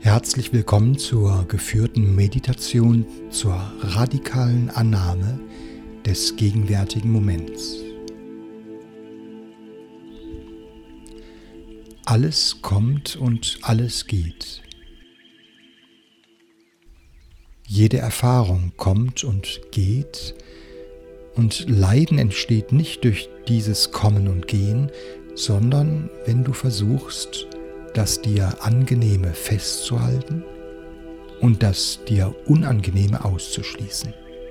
Herzlich willkommen zur geführten Meditation zur radikalen Annahme des gegenwärtigen Moments. Alles kommt und alles geht. Jede Erfahrung kommt und geht, und Leiden entsteht nicht durch dieses Kommen und Gehen, sondern wenn du versuchst, das dir Angenehme festzuhalten und das dir Unangenehme auszuschließen.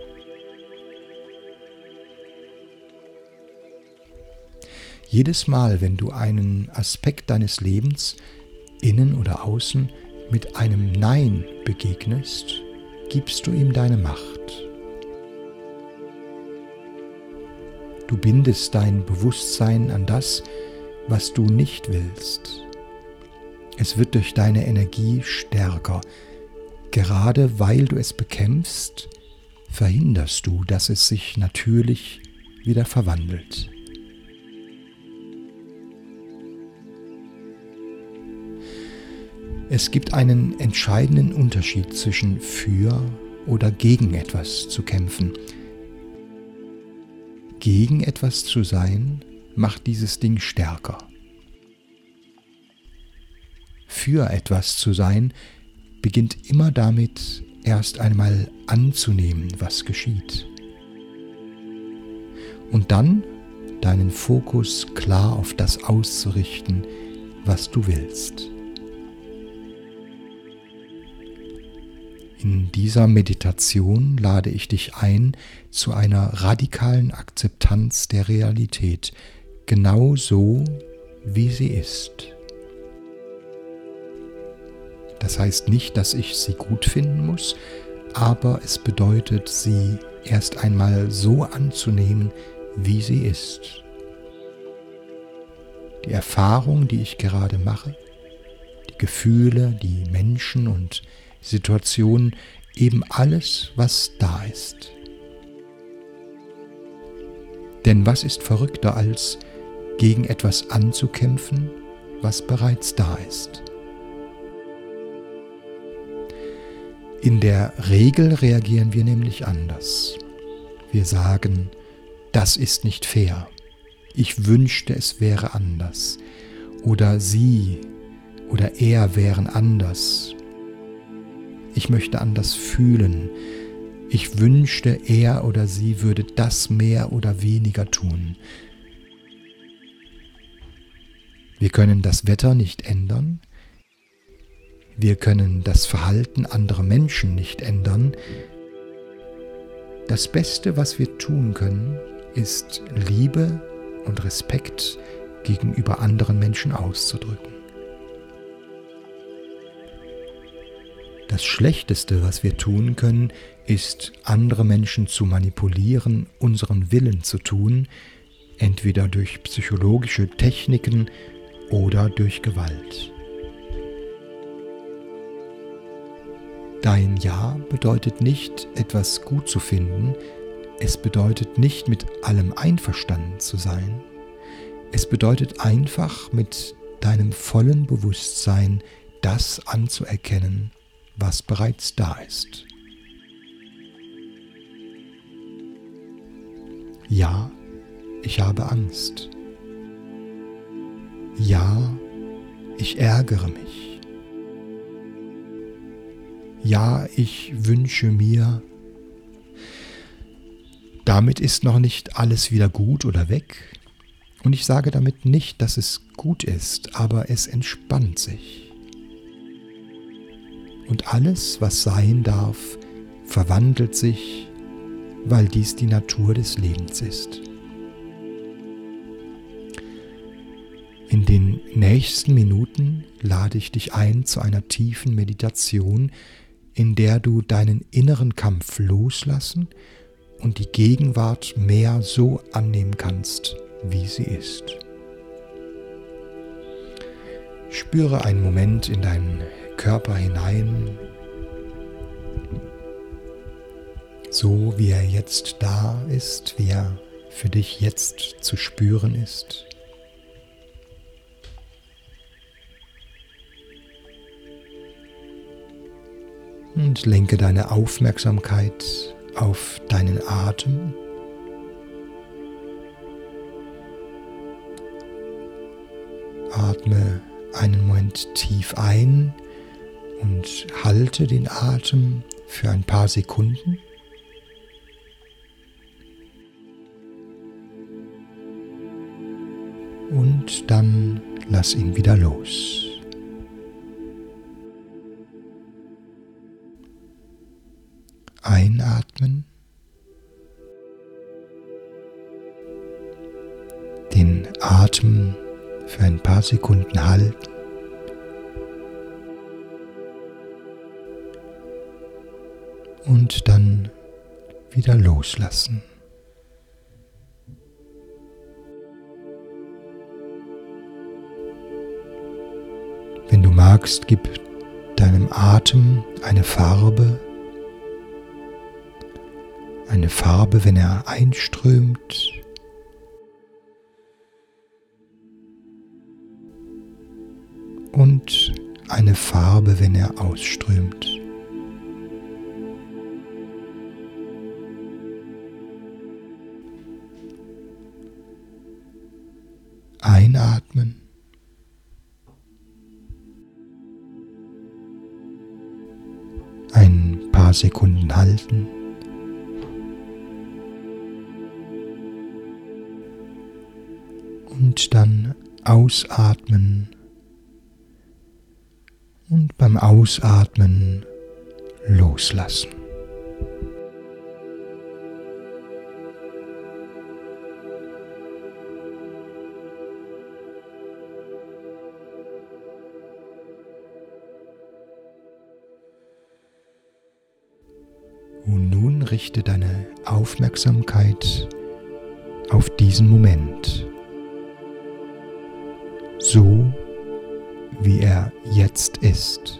Jedes Mal, wenn du einen Aspekt deines Lebens, innen oder außen, mit einem Nein begegnest, gibst du ihm deine Macht. Du bindest dein Bewusstsein an das, was du nicht willst. Es wird durch deine Energie stärker. Gerade weil du es bekämpfst, verhinderst du, dass es sich natürlich wieder verwandelt. Es gibt einen entscheidenden Unterschied zwischen für oder gegen etwas zu kämpfen. Gegen etwas zu sein, macht dieses Ding stärker. Für etwas zu sein, beginnt immer damit, erst einmal anzunehmen, was geschieht. Und dann deinen Fokus klar auf das auszurichten, was du willst. In dieser Meditation lade ich dich ein zu einer radikalen Akzeptanz der Realität, genau so, wie sie ist. Das heißt nicht, dass ich sie gut finden muss, aber es bedeutet, sie erst einmal so anzunehmen, wie sie ist. Die Erfahrung, die ich gerade mache, die Gefühle, die Menschen und Situationen, eben alles, was da ist. Denn was ist verrückter, als gegen etwas anzukämpfen, was bereits da ist? In der Regel reagieren wir nämlich anders. Wir sagen, das ist nicht fair. Ich wünschte, es wäre anders. Oder sie oder er wären anders. Ich möchte anders fühlen. Ich wünschte, er oder sie würde das mehr oder weniger tun. Wir können das Wetter nicht ändern. Wir können das Verhalten anderer Menschen nicht ändern. Das Beste, was wir tun können, ist Liebe und Respekt gegenüber anderen Menschen auszudrücken. Das Schlechteste, was wir tun können, ist, andere Menschen zu manipulieren, unseren Willen zu tun, entweder durch psychologische Techniken oder durch Gewalt. Dein Ja bedeutet nicht, etwas gut zu finden, es bedeutet nicht, mit allem einverstanden zu sein, es bedeutet einfach, mit deinem vollen Bewusstsein das anzuerkennen, was bereits da ist. Ja, ich habe Angst. Ja, ich ärgere mich. Ja, ich wünsche mir. Damit ist noch nicht alles wieder gut oder weg. Und ich sage damit nicht, dass es gut ist, aber es entspannt sich. Und alles, was sein darf, verwandelt sich, weil dies die Natur des Lebens ist. In den nächsten Minuten lade ich dich ein zu einer tiefen Meditation, in der du deinen inneren Kampf loslassen und die Gegenwart mehr so annehmen kannst, wie sie ist. Spüre einen Moment in deinen Körper hinein, so wie er jetzt da ist, wie er für dich jetzt zu spüren ist. Und lenke deine Aufmerksamkeit auf deinen Atem. Atme einen Moment tief ein und halte den Atem für ein paar Sekunden. Und dann lass ihn wieder los. Einatmen, den Atem für ein paar Sekunden halten und dann wieder loslassen. Wenn du magst, gib deinem Atem eine Farbe, wenn er einströmt, und eine Farbe, wenn er ausströmt. Einatmen. Ein paar Sekunden halten. Und dann ausatmen. Und beim Ausatmen loslassen. Und nun richte deine Aufmerksamkeit auf diesen Moment, so wie er jetzt ist.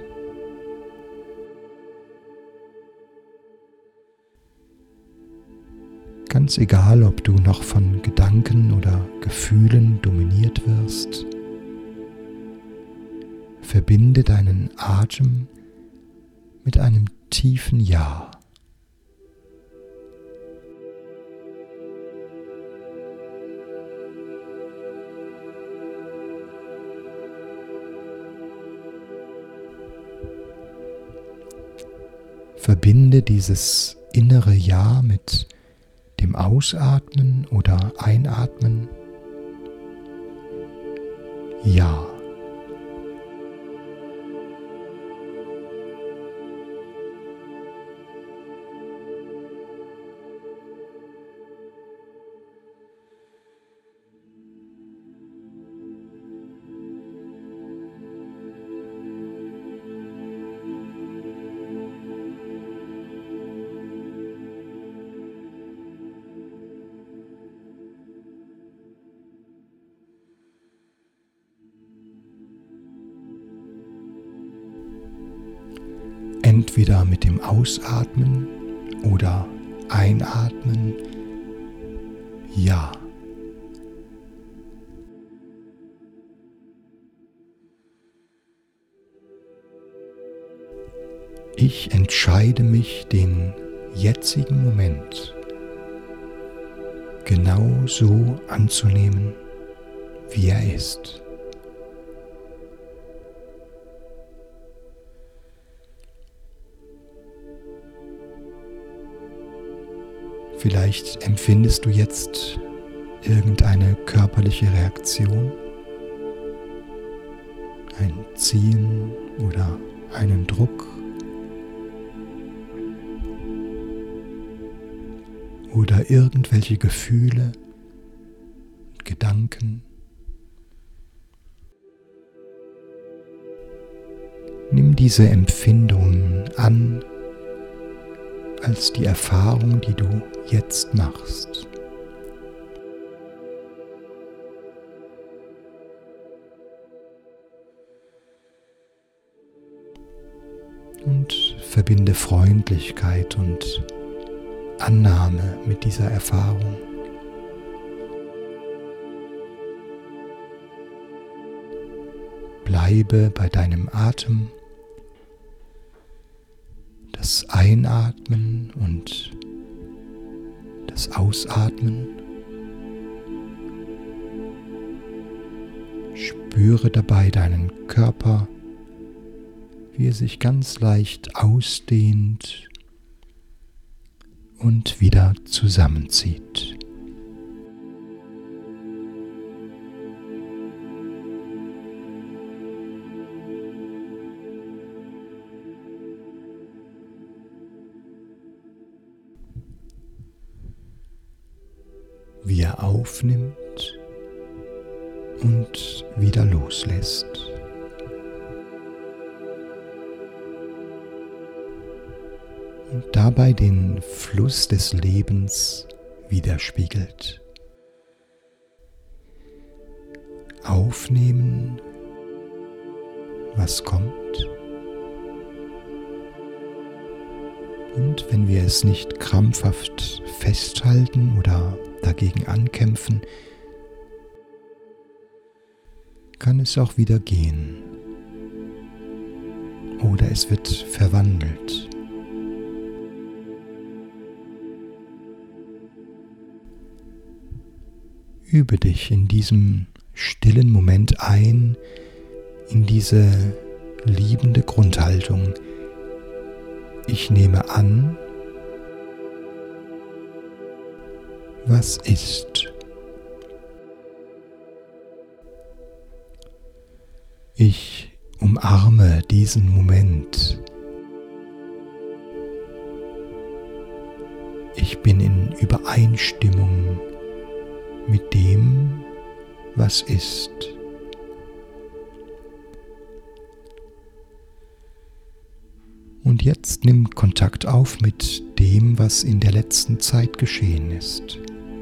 Ganz egal, ob du noch von Gedanken oder Gefühlen dominiert wirst, verbinde deinen Atem mit einem tiefen Ja. Verbinde dieses innere Ja mit dem Ausatmen oder Einatmen. Ja. Entweder mit dem Ausatmen oder Einatmen. Ja. Ich entscheide mich, den jetzigen Moment genau so anzunehmen, wie er ist. Vielleicht empfindest du jetzt irgendeine körperliche Reaktion, ein Ziehen oder einen Druck oder irgendwelche Gefühle, Gedanken. Nimm diese Empfindungen an als die Erfahrung, die du jetzt machst. Und verbinde Freundlichkeit und Annahme mit dieser Erfahrung. Bleibe bei deinem Atem, das Einatmen und das Ausatmen. Spüre dabei deinen Körper, wie er sich ganz leicht ausdehnt und wieder zusammenzieht. Wie er aufnimmt und wieder loslässt. Und dabei den Fluss des Lebens widerspiegelt. Aufnehmen, was kommt. Und wenn wir es nicht krampfhaft festhalten oder dagegen ankämpfen, kann es auch wieder gehen. Oder es wird verwandelt. Übe dich in diesem stillen Moment ein, in diese liebende Grundhaltung. Ich nehme an, was ist. Ich umarme diesen Moment. Ich bin in Übereinstimmung mit dem, was ist. Und jetzt nimm Kontakt auf mit dem, was in der letzten Zeit geschehen ist.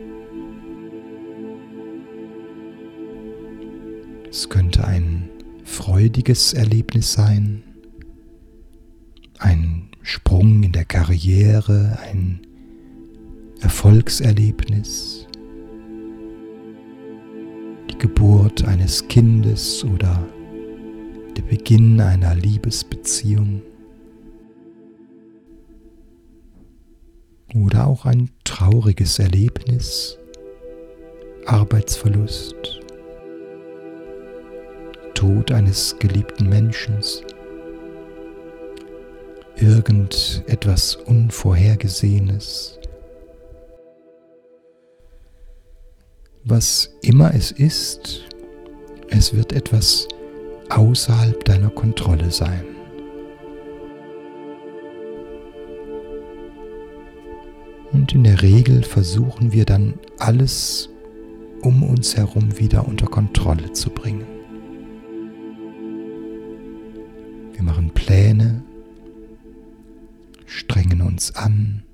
Es könnte ein freudiges Erlebnis sein, ein Sprung in der Karriere, ein Erfolgserlebnis, die Geburt eines Kindes oder der Beginn einer Liebesbeziehung oder auch ein trauriges Erlebnis, Arbeitsverlust, Tod eines geliebten Menschen, irgendetwas Unvorhergesehenes. Was immer es ist, es wird etwas außerhalb deiner Kontrolle sein. Und in der Regel versuchen wir dann alles um uns herum wieder unter Kontrolle zu bringen. Wir machen Pläne, strengen uns an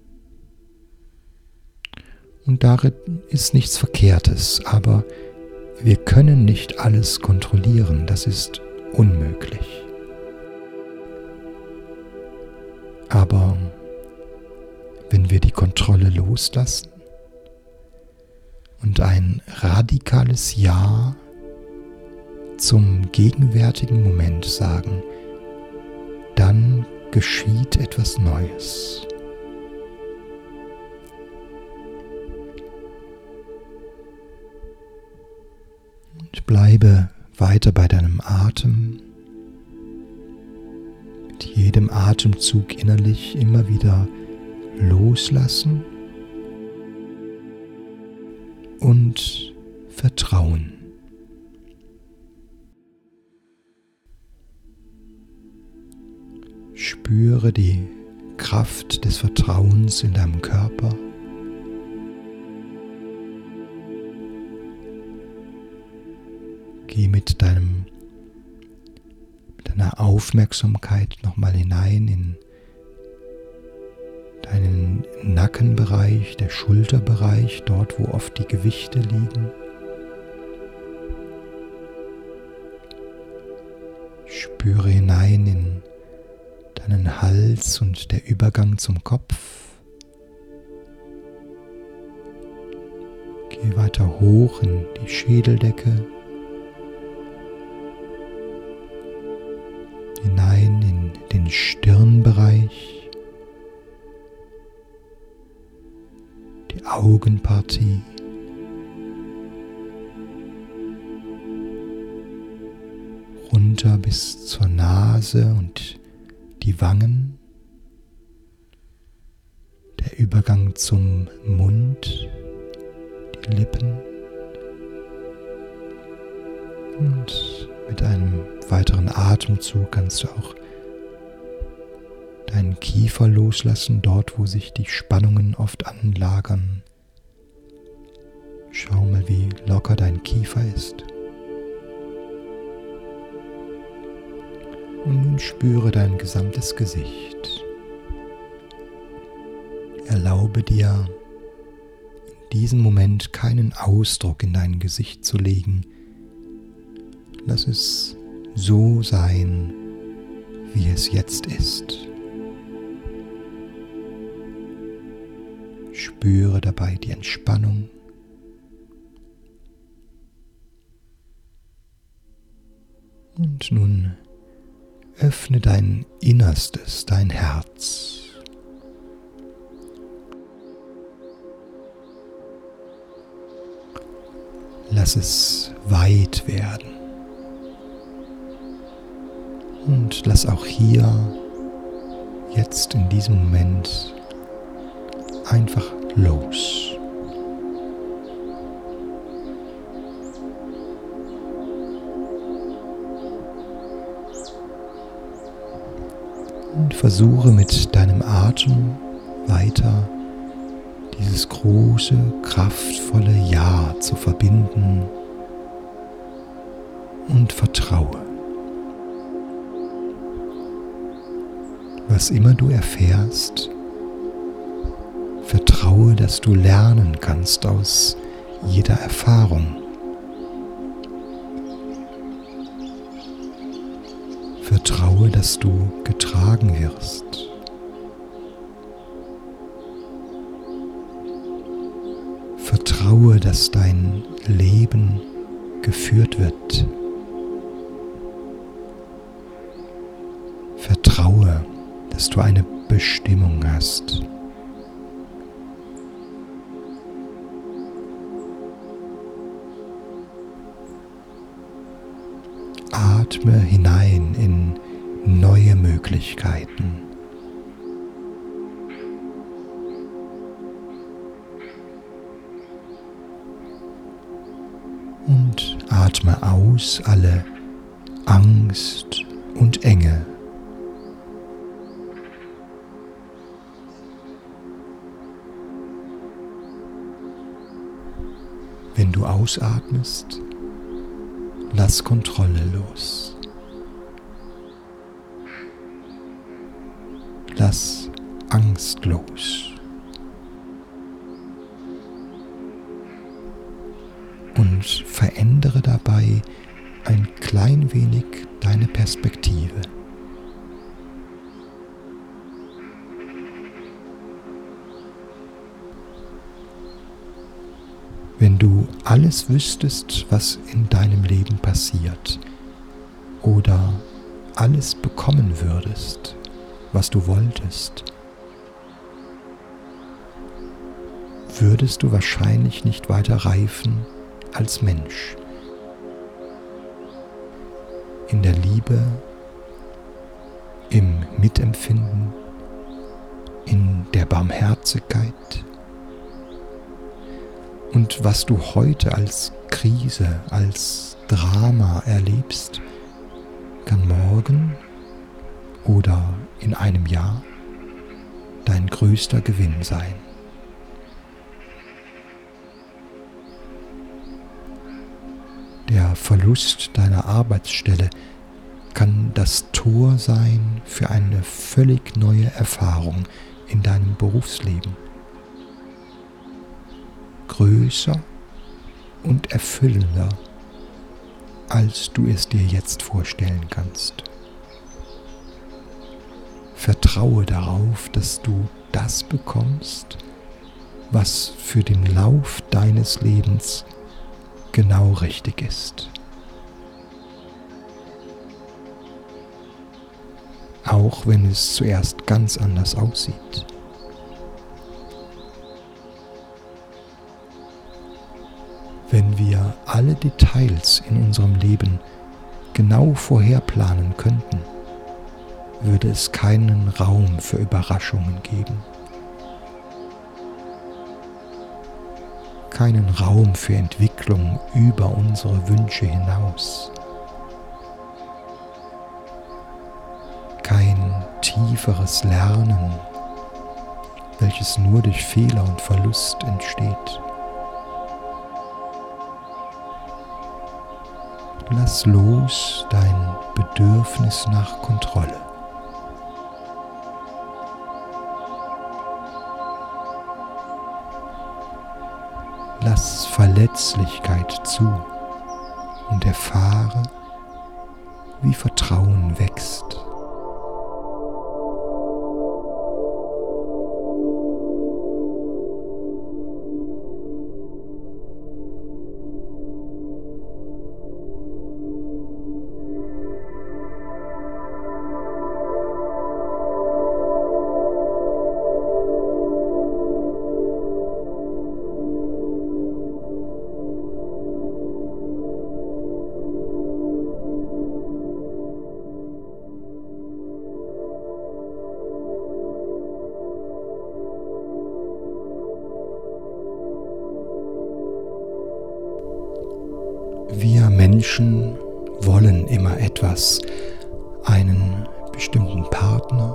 und darin ist nichts Verkehrtes, aber wir können nicht alles kontrollieren, das ist unmöglich. Aber wenn wir die Kontrolle loslassen und ein radikales Ja zum gegenwärtigen Moment sagen, dann geschieht etwas Neues. Und bleibe weiter bei deinem Atem. Mit jedem Atemzug innerlich immer wieder loslassen und vertrauen. Spüre die Kraft des Vertrauens in deinem Körper. Geh mit deiner Aufmerksamkeit nochmal hinein in deinen Nackenbereich, der Schulterbereich, dort wo oft die Gewichte liegen. Spüre hinein in deinen Hals und der Übergang zum Kopf. Geh weiter hoch in die Schädeldecke, hinein in den Stirnbereich, Augenpartie. Runter bis zur Nase und die Wangen. Der Übergang zum Mund, die Lippen. Und mit einem weiteren Atemzug kannst du auch deinen Kiefer loslassen, dort wo sich die Spannungen oft anlagern. Schau mal, wie locker dein Kiefer ist. Und nun spüre dein gesamtes Gesicht. Erlaube dir, in diesem Moment keinen Ausdruck in dein Gesicht zu legen. Lass es so sein, wie es jetzt ist. Spüre dabei die Entspannung. Und nun öffne dein Innerstes, dein Herz. Lass es weit werden. Und lass auch hier, jetzt in diesem Moment, einfach los. Und versuche mit deinem Atem weiter dieses große, kraftvolle Ja zu verbinden und vertraue. Was immer du erfährst, vertraue, dass du lernen kannst aus jeder Erfahrung. Vertraue, dass du getragen wirst. Vertraue, dass dein Leben geführt wird. Vertraue, dass du eine Bestimmung hast. Atme hinein in neue Möglichkeiten. Und atme aus alle Angst und Enge. Wenn du ausatmest, lass Kontrolle los. Lass Angst los. Und verändere dabei ein klein wenig deine Perspektive. Wenn du alles wüsstest, was in deinem Leben passiert, oder alles bekommen würdest, was du wolltest, würdest du wahrscheinlich nicht weiter reifen als Mensch. In der Liebe, im Mitempfinden, in der Barmherzigkeit. Und was du heute als Krise, als Drama erlebst, kann morgen oder in einem Jahr dein größter Gewinn sein. Der Verlust deiner Arbeitsstelle kann das Tor sein für eine völlig neue Erfahrung in deinem Berufsleben. Größer und erfüllender, als du es dir jetzt vorstellen kannst. Vertraue darauf, dass du das bekommst, was für den Lauf deines Lebens genau richtig ist. Auch wenn es zuerst ganz anders aussieht. Details in unserem Leben genau vorherplanen könnten, würde es keinen Raum für Überraschungen geben. Keinen Raum für Entwicklung über unsere Wünsche hinaus. Kein tieferes Lernen, welches nur durch Fehler und Verlust entsteht. Lass los dein Bedürfnis nach Kontrolle. Lass Verletzlichkeit zu und erfahre, wie Vertrauen wächst. Wir Menschen wollen immer etwas, einen bestimmten Partner,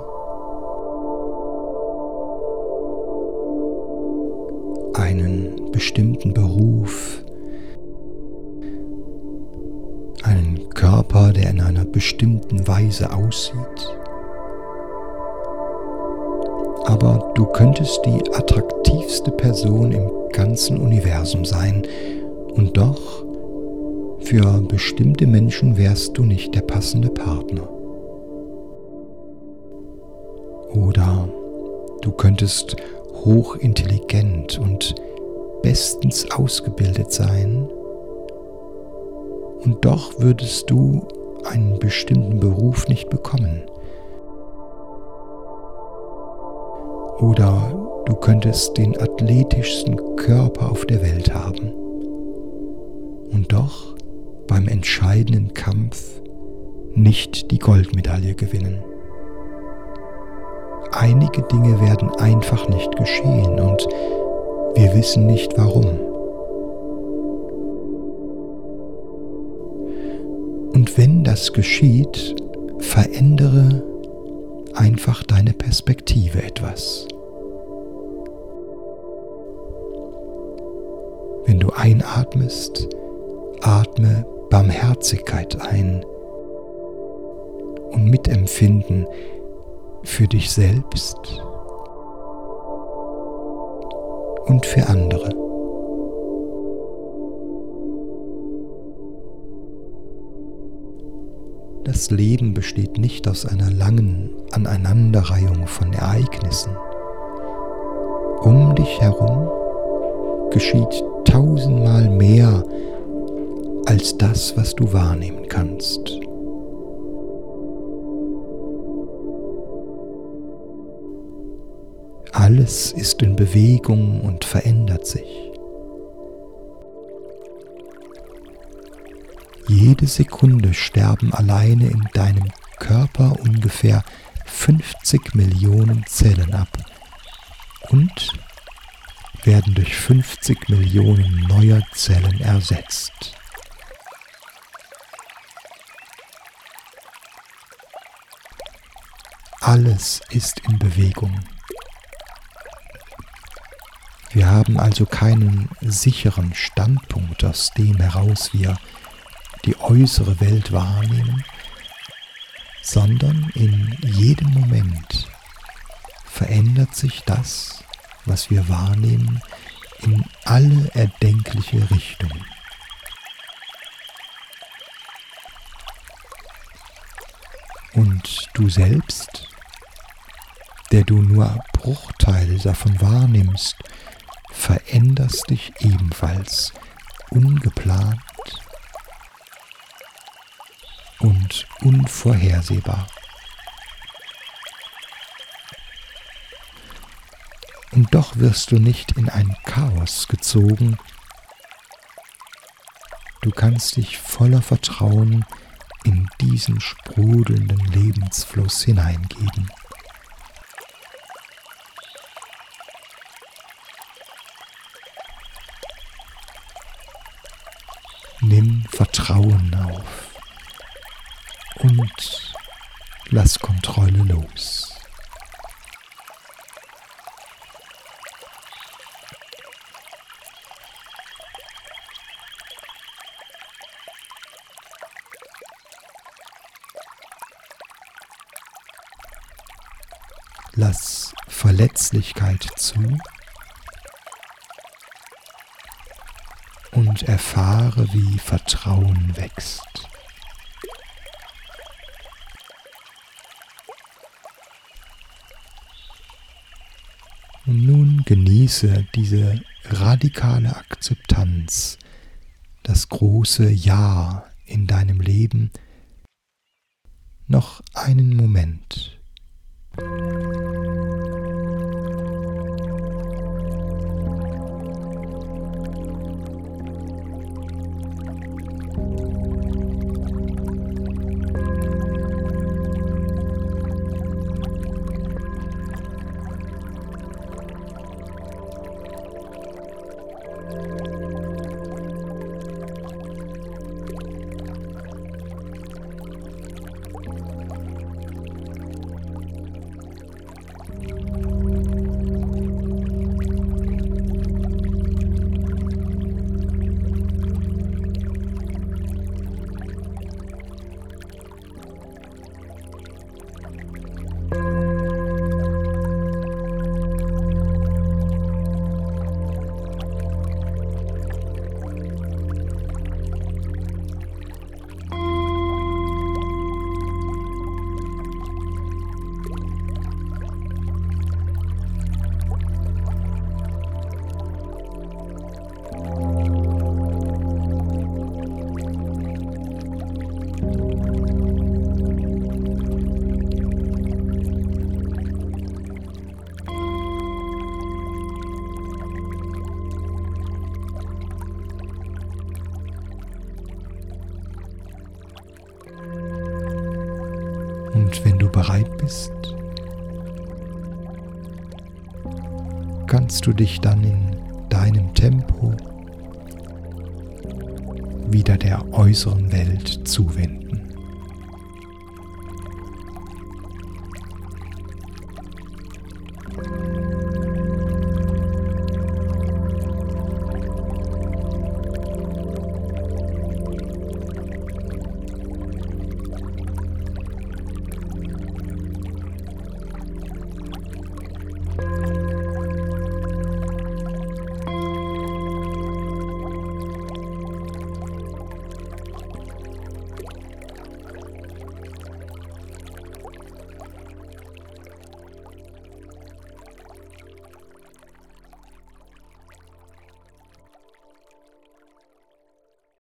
einen bestimmten Beruf, einen Körper, der in einer bestimmten Weise aussieht. Aber du könntest die attraktivste Person im ganzen Universum sein und doch für bestimmte Menschen wärst du nicht der passende Partner. Oder du könntest hochintelligent und bestens ausgebildet sein und doch würdest du einen bestimmten Beruf nicht bekommen. Oder du könntest den athletischsten Körper auf der Welt haben und doch beim entscheidenden Kampf nicht die Goldmedaille gewinnen. Einige Dinge werden einfach nicht geschehen und wir wissen nicht warum. Und wenn das geschieht, verändere einfach deine Perspektive etwas. Wenn du einatmest, atme Barmherzigkeit ein und Mitempfinden für dich selbst und für andere. Das Leben besteht nicht aus einer langen Aneinanderreihung von Ereignissen. Um dich herum geschieht tausendmal mehr als das, was du wahrnehmen kannst. Alles ist in Bewegung und verändert sich. Jede Sekunde sterben alleine in deinem Körper ungefähr 50 Millionen Zellen ab und werden durch 50 Millionen neuer Zellen ersetzt. Alles ist in Bewegung. Wir haben also keinen sicheren Standpunkt, aus dem heraus wir die äußere Welt wahrnehmen, sondern in jedem Moment verändert sich das, was wir wahrnehmen, in alle erdenkliche Richtungen. Und du selbst, der du nur Bruchteile davon wahrnimmst, veränderst dich ebenfalls ungeplant und unvorhersehbar. Und doch wirst du nicht in ein Chaos gezogen, Du kannst dich voller Vertrauen in diesen sprudelnden Lebensfluss hineingeben. Nimm Vertrauen auf und lass Kontrolle los. Lass Verletzlichkeit zu und erfahre, wie Vertrauen wächst. Und nun genieße diese radikale Akzeptanz, das große Ja in deinem Leben, noch einen Moment. Und wenn du bereit bist, kannst du dich dann in deinem Tempo wieder der äußeren Welt zuwenden.